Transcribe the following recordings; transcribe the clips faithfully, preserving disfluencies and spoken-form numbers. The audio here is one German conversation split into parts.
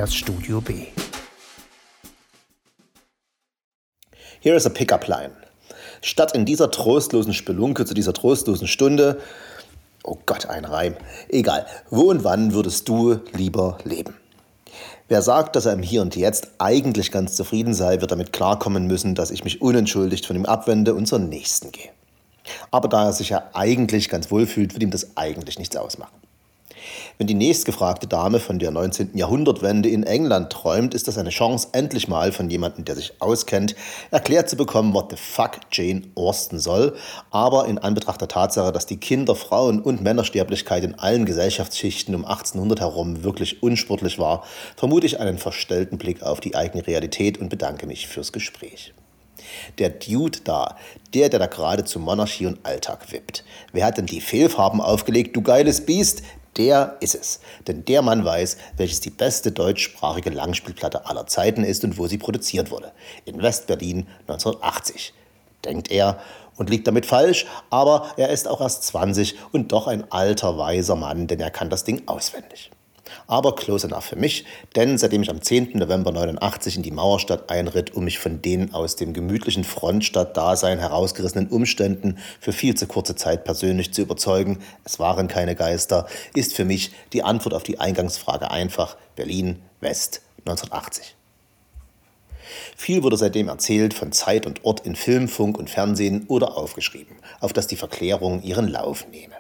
das Studio B. Here is a pickup line. Statt in dieser trostlosen Spelunke zu dieser trostlosen Stunde, oh Gott, ein Reim, egal, wo und wann würdest du lieber leben? Wer sagt, dass er im Hier und Jetzt eigentlich ganz zufrieden sei, wird damit klarkommen müssen, dass ich mich unentschuldigt von ihm abwende und zur Nächsten gehe. Aber da er sich ja eigentlich ganz wohl fühlt, wird ihm das eigentlich nichts ausmachen. Wenn die nächstgefragte Dame von der neunzehnten Jahrhundertwende in England träumt, ist das eine Chance, endlich mal von jemandem, der sich auskennt, erklärt zu bekommen, what the fuck Jane Austen soll. Aber in Anbetracht der Tatsache, dass die Kinder-, Frauen- und Männersterblichkeit in allen Gesellschaftsschichten um achtzehnhundert herum wirklich unsportlich war, vermute ich einen verstellten Blick auf die eigene Realität und bedanke mich fürs Gespräch. Der Dude da, der, der da gerade zu Monarchie und Alltag wippt. Wer hat denn die Fehlfarben aufgelegt, du geiles Biest? Der ist es. Denn der Mann weiß, welches die beste deutschsprachige Langspielplatte aller Zeiten ist und wo sie produziert wurde. In West-Berlin neunzehnhundertachtzig. Denkt er und liegt damit falsch, aber er ist auch erst zwanzig und doch ein alter, weiser Mann, denn er kann das Ding auswendig. Aber close enough für mich, denn seitdem ich am zehnten November neunundachtzig in die Mauerstadt einritt, um mich von den aus dem gemütlichen Frontstadt-Dasein herausgerissenen Umständen für viel zu kurze Zeit persönlich zu überzeugen, es waren keine Geister, ist für mich die Antwort auf die Eingangsfrage einfach: Berlin, West, neunzehnhundertachtzig. Viel wurde seitdem erzählt, von Zeit und Ort in Film, Funk und Fernsehen oder aufgeschrieben, auf dass die Verklärung ihren Lauf nehme.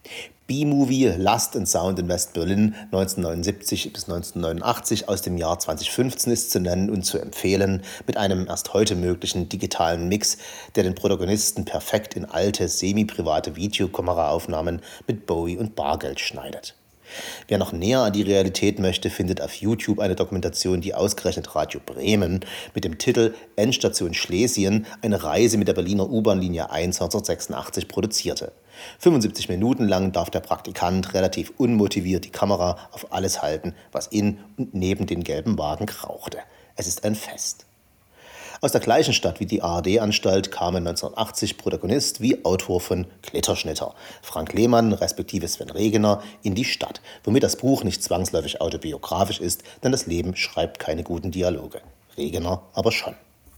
B-Movie Lust and Sound in West-Berlin neunzehnhundertneunundsiebzig bis neunzehnhundertneunundachtzig aus dem Jahr zweitausendfünfzehn ist zu nennen und zu empfehlen, mit einem erst heute möglichen digitalen Mix, der den Protagonisten perfekt in alte, semi-private Videokameraaufnahmen mit Bowie und Bargeld schneidet. Wer noch näher an die Realität möchte, findet auf YouTube eine Dokumentation, die ausgerechnet Radio Bremen mit dem Titel Endstation Schlesien, eine Reise mit der Berliner U-Bahn-Linie eins neunzehnhundertsechsundachtzig produzierte. fünfundsiebzig Minuten lang darf der Praktikant relativ unmotiviert die Kamera auf alles halten, was in und neben den gelben Wagen rauchte. Es ist ein Fest. Aus der gleichen Stadt wie die A R D-Anstalt kamen neunzehnhundertachtzig Protagonist wie Autor von Glitterschnitter, Frank Lehmann respektive Sven Regener, in die Stadt, womit das Buch nicht zwangsläufig autobiografisch ist, denn das Leben schreibt keine guten Dialoge. Regener aber schon.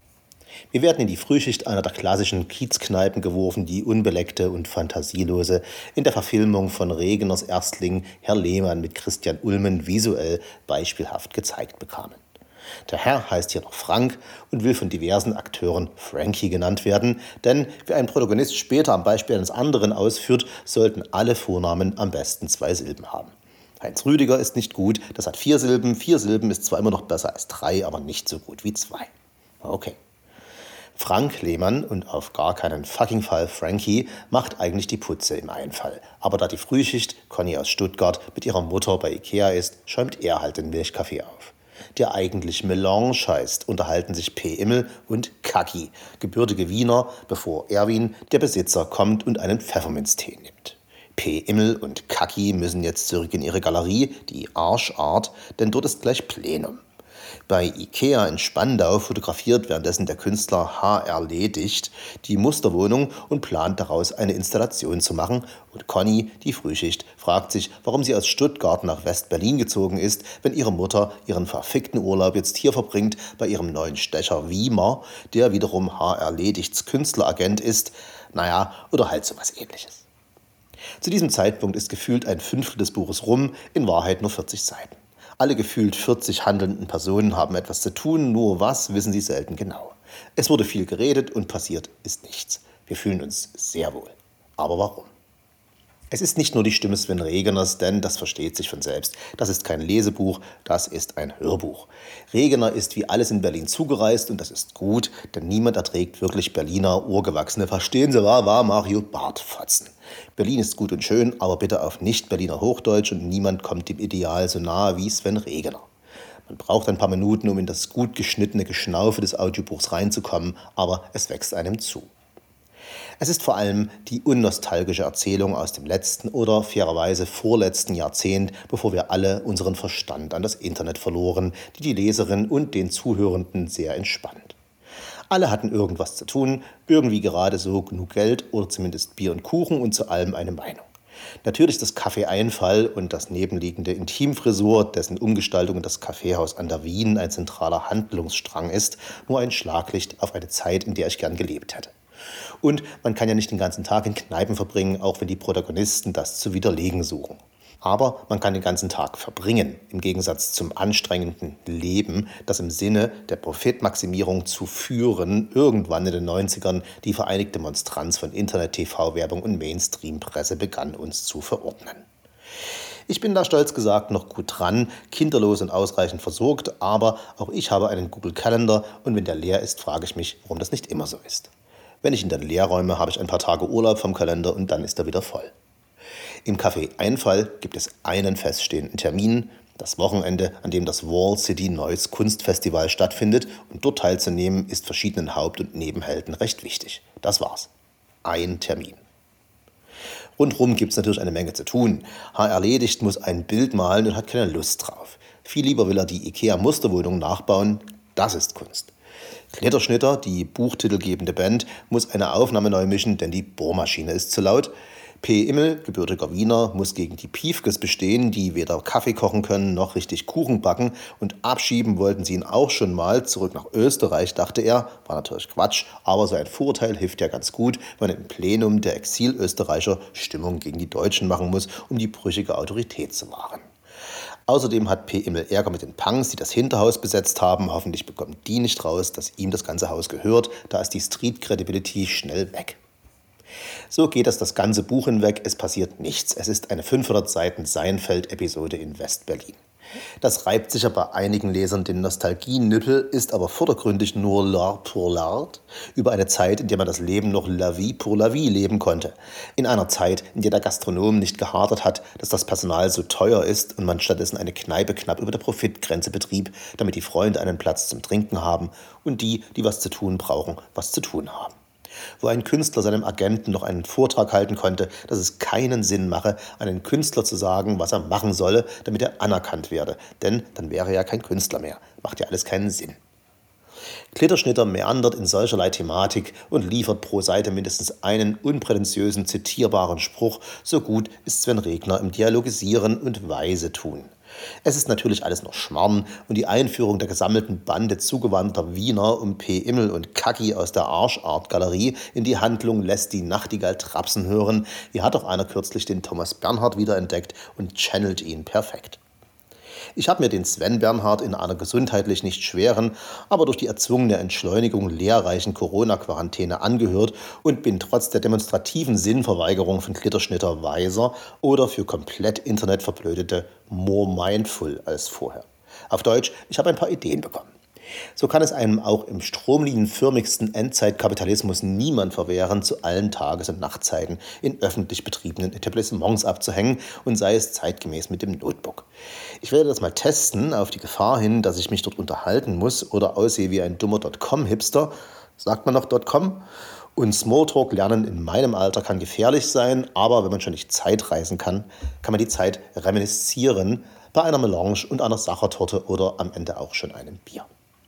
Wir werden in die Frühschicht einer der klassischen Kiezkneipen geworfen, die Unbeleckte und Fantasielose in der Verfilmung von Regeners Erstling Herr Lehmann mit Christian Ulmen visuell beispielhaft gezeigt bekamen. Der Herr heißt hier noch Frank und will von diversen Akteuren Frankie genannt werden, denn wie ein Protagonist später am Beispiel eines anderen ausführt, sollten alle Vornamen am besten zwei Silben haben. Heinz Rüdiger ist nicht gut, das hat vier Silben, vier Silben ist zwar immer noch besser als drei, aber nicht so gut wie zwei. Okay. Frank Lehmann und auf gar keinen fucking Fall Frankie macht eigentlich die Putze im Einfall. Aber da die Frühschicht, Conny aus Stuttgart, mit ihrer Mutter bei Ikea ist, schäumt er halt den Milchkaffee auf. Der eigentlich Melange heißt, unterhalten sich P. Immel und Kaki, gebürtige Wiener, bevor Erwin, der Besitzer, kommt und einen Pfefferminztee nimmt. P. Immel und Kaki müssen jetzt zurück in ihre Galerie, die Arschart, denn dort ist gleich Plenum. Bei Ikea in Spandau fotografiert währenddessen der Künstler H R Ledicht die Musterwohnung und plant daraus eine Installation zu machen. Und Conny, die Frühschicht, fragt sich, warum sie aus Stuttgart nach West-Berlin gezogen ist, wenn ihre Mutter ihren verfickten Urlaub jetzt hier verbringt bei ihrem neuen Stecher Wiemer, der wiederum H R Ledichts Künstleragent ist, naja, oder halt sowas Ähnliches. Zu diesem Zeitpunkt ist gefühlt ein Fünftel des Buches rum, in Wahrheit nur vierzig Seiten. Alle gefühlt vierzig handelnden Personen haben etwas zu tun, nur was, wissen sie selten genau. Es wurde viel geredet und passiert ist nichts. Wir fühlen uns sehr wohl. Aber warum? Es ist nicht nur die Stimme Sven Regeners, denn das versteht sich von selbst. Das ist kein Lesebuch, das ist ein Hörbuch. Regener ist wie alles in Berlin zugereist und das ist gut, denn niemand erträgt wirklich Berliner urgewachsene, verstehen Sie, war, war Mario Bartfotzen. Berlin ist gut und schön, aber bitte auf Nicht-Berliner Hochdeutsch und niemand kommt dem Ideal so nahe wie Sven Regener. Man braucht ein paar Minuten, um in das gut geschnittene Geschnaufe des Audiobuchs reinzukommen, aber es wächst einem zu. Es ist vor allem die unnostalgische Erzählung aus dem letzten oder fairerweise vorletzten Jahrzehnt, bevor wir alle unseren Verstand an das Internet verloren, die die Leserin und den Zuhörenden sehr entspannt. Alle hatten irgendwas zu tun, irgendwie gerade so genug Geld oder zumindest Bier und Kuchen und zu allem eine Meinung. Natürlich ist das Kaffeeeinfall und das nebenliegende Intimfrisur, dessen Umgestaltung in das Kaffeehaus an der Wien ein zentraler Handlungsstrang ist, nur ein Schlaglicht auf eine Zeit, in der ich gern gelebt hätte. Und man kann ja nicht den ganzen Tag in Kneipen verbringen, auch wenn die Protagonisten das zu widerlegen suchen. Aber man kann den ganzen Tag verbringen, im Gegensatz zum anstrengenden Leben, das im Sinne der Profitmaximierung zu führen irgendwann in den neunzigern die vereinigte Monstranz von Internet-T V-Werbung und Mainstream-Presse begann, uns zu verordnen. Ich bin da stolz gesagt noch gut dran, kinderlos und ausreichend versorgt, aber auch ich habe einen Google Calendar und wenn der leer ist, frage ich mich, warum das nicht immer so ist. Wenn ich ihn dann leer räume, habe ich ein paar Tage Urlaub vom Kalender und dann ist er wieder voll. Im Café Einfall gibt es einen feststehenden Termin, das Wochenende, an dem das Wall City Noise Kunstfestival stattfindet und dort teilzunehmen ist verschiedenen Haupt- und Nebenhelden recht wichtig. Das war's. Ein Termin. Rundherum gibt es natürlich eine Menge zu tun. H. Erledigt muss ein Bild malen und hat keine Lust drauf. Viel lieber will er die IKEA-Musterwohnung nachbauen. Das ist Kunst. Glitterschnitter, die buchtitelgebende Band, muss eine Aufnahme neu mischen, denn die Bohrmaschine ist zu laut. P. Immel, gebürtiger Wiener, muss gegen die Piefkes bestehen, die weder Kaffee kochen können noch richtig Kuchen backen. Und abschieben wollten sie ihn auch schon mal zurück nach Österreich, dachte er. War natürlich Quatsch, aber so ein Vorurteil hilft ja ganz gut, wenn man im Plenum der Exilösterreicher Stimmung gegen die Deutschen machen muss, um die brüchige Autorität zu wahren. Außerdem hat P. Immel Ärger mit den Punks, die das Hinterhaus besetzt haben. Hoffentlich bekommen die nicht raus, dass ihm das ganze Haus gehört. Da ist die Street Credibility schnell weg. So geht es das ganze Buch hinweg, es passiert nichts. Es ist eine fünfhundert Seiten Seinfeld-Episode in West-Berlin. Das reibt sicher bei einigen Lesern den Nostalgie-Nippel, ist aber vordergründig nur l'art pour l'art über eine Zeit, in der man das Leben noch la vie pour la vie leben konnte. In einer Zeit, in der der Gastronom nicht gehadert hat, dass das Personal so teuer ist und man stattdessen eine Kneipe knapp über der Profitgrenze betrieb, damit die Freunde einen Platz zum Trinken haben und die, die was zu tun brauchen, was zu tun haben. Wo ein Künstler seinem Agenten noch einen Vortrag halten konnte, dass es keinen Sinn mache, einen Künstler zu sagen, was er machen solle, damit er anerkannt werde. Denn dann wäre er ja kein Künstler mehr. Macht ja alles keinen Sinn. Glitterschnitter meandert in solcherlei Thematik und liefert pro Seite mindestens einen unprätentiösen, zitierbaren Spruch. So gut ist Sven Regner im Dialogisieren und Weise tun. Es ist natürlich alles noch Schmarrn und die Einführung der gesammelten Bande zugewandter Wiener um P. Immel und Kacki aus der Arschart-Galerie in die Handlung lässt die Nachtigall trapsen hören. Hier hat doch einer kürzlich den Thomas Bernhard wiederentdeckt und channelt ihn perfekt. Ich habe mir den Sven Bernhard in einer gesundheitlich nicht schweren, aber durch die erzwungene Entschleunigung lehrreichen Corona-Quarantäne angehört und bin trotz der demonstrativen Sinnverweigerung von Glitterschnitter weiser oder für komplett internetverblödete more mindful als vorher. Auf Deutsch, ich habe ein paar Ideen bekommen. So kann es einem auch im stromlinienförmigsten Endzeitkapitalismus niemand verwehren, zu allen Tages- und Nachtzeiten in öffentlich betriebenen Etablissements abzuhängen und sei es zeitgemäß mit dem Notebook. Ich werde das mal testen, auf die Gefahr hin, dass ich mich dort unterhalten muss oder aussehe wie ein dummer Dotcom-Hipster. Sagt man noch Dotcom? Und Smalltalk lernen in meinem Alter kann gefährlich sein, aber wenn man schon nicht Zeitreisen kann, kann man die Zeit reminiszieren bei einer Melange und einer Sachertorte oder am Ende auch schon einem Bier.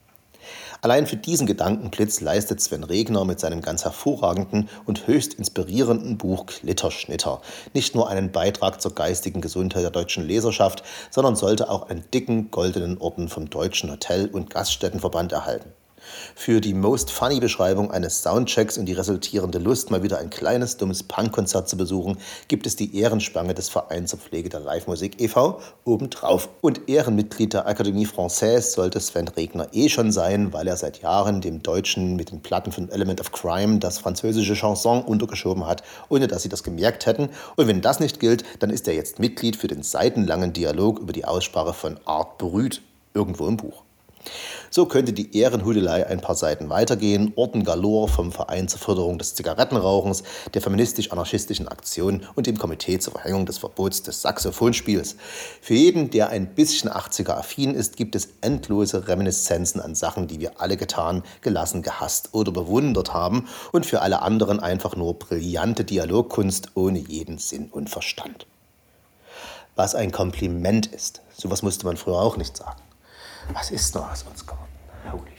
Allein für diesen Gedankenblitz leistet Sven Regner mit seinem ganz hervorragenden und höchst inspirierenden Buch Glitterschnitter nicht nur einen Beitrag zur geistigen Gesundheit der deutschen Leserschaft, sondern sollte auch einen dicken goldenen Orden vom Deutschen Hotel- und Gaststättenverband erhalten. Für die Most Funny Beschreibung eines Soundchecks und die resultierende Lust, mal wieder ein kleines, dummes Punkkonzert zu besuchen, gibt es die Ehrenspange des Vereins zur Pflege der Live-Musik e V obendrauf. Und Ehrenmitglied der Académie Française sollte Sven Regner eh schon sein, weil er seit Jahren dem Deutschen mit den Platten von Element of Crime das französische Chanson untergeschoben hat, ohne dass sie das gemerkt hätten. Und wenn das nicht gilt, dann ist er jetzt Mitglied für den seitenlangen Dialog über die Aussprache von Art Brüt irgendwo im Buch. So könnte die Ehrenhudelei ein paar Seiten weitergehen, Orden galore vom Verein zur Förderung des Zigarettenrauchens, der feministisch-anarchistischen Aktion und dem Komitee zur Verhängung des Verbots des Saxophonspiels. Für jeden, der ein bisschen achtziger-affin ist, gibt es endlose Reminiszenzen an Sachen, die wir alle getan, gelassen, gehasst oder bewundert haben und für alle anderen einfach nur brillante Dialogkunst ohne jeden Sinn und Verstand. Was ein Kompliment ist, sowas musste man früher auch nicht sagen. Was ist noch aus uns geworden? Holy